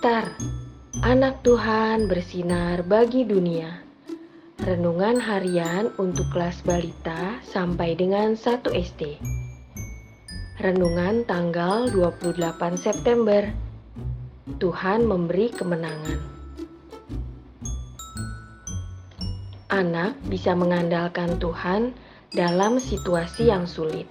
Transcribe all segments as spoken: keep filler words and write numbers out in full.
Star, anak Tuhan bersinar bagi dunia. Renungan harian untuk kelas balita sampai dengan satu S D. Renungan tanggal dua puluh delapan September. Tuhan memberi kemenangan. Anak bisa mengandalkan Tuhan dalam situasi yang sulit.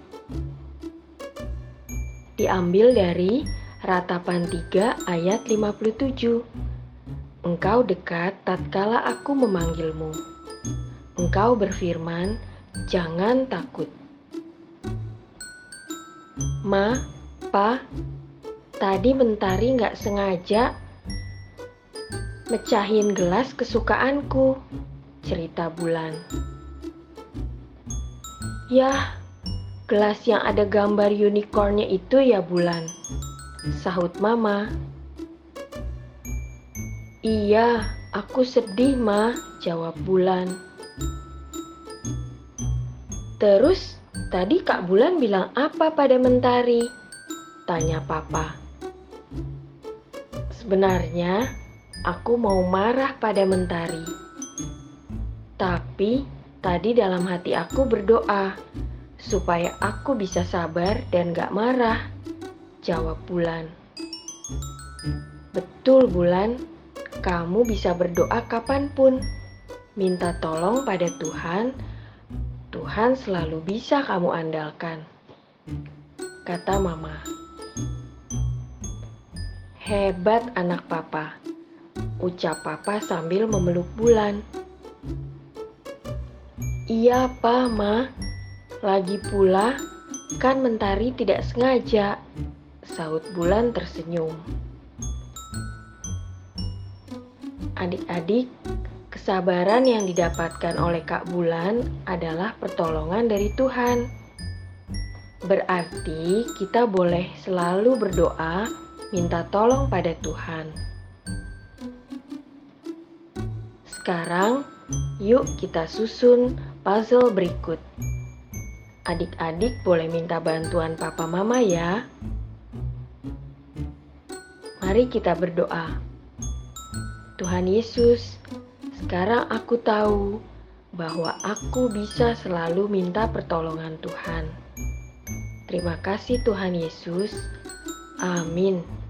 Diambil dari Ratapan tiga ayat lima puluh tujuh. Engkau dekat tatkala aku memanggilmu. Engkau berfirman, jangan takut. Ma, Pa, tadi Mentari gak sengaja mecahin gelas kesukaanku, cerita Bulan. Yah, gelas yang ada gambar unicornnya itu ya Bulan, sahut Mama. Iya, aku sedih Ma, jawab Bulan. Terus, tadi Kak Bulan bilang apa pada Mentari? Tanya Papa. Sebenarnya, aku mau marah pada Mentari. Tapi, tadi dalam hati aku berdoa, supaya aku bisa sabar dan gak marah, jawab Bulan. Betul Bulan, kamu bisa berdoa kapanpun, minta tolong pada Tuhan, Tuhan selalu bisa kamu andalkan, kata Mama. Hebat anak Papa, ucap Papa sambil memeluk Bulan. Iya Pa, Ma, lagi pula kan Mentari tidak sengaja, sahut Bulan tersenyum. Adik-adik, kesabaran yang didapatkan oleh Kak Bulan adalah pertolongan dari Tuhan. Berarti kita boleh selalu berdoa, minta tolong pada Tuhan. Sekarang, yuk kita susun puzzle berikut. Adik-adik boleh minta bantuan Papa Mama ya. Mari kita berdoa. Tuhan Yesus, sekarang aku tahu bahwa aku bisa selalu minta pertolongan Tuhan. Terima kasih Tuhan Yesus. Amin.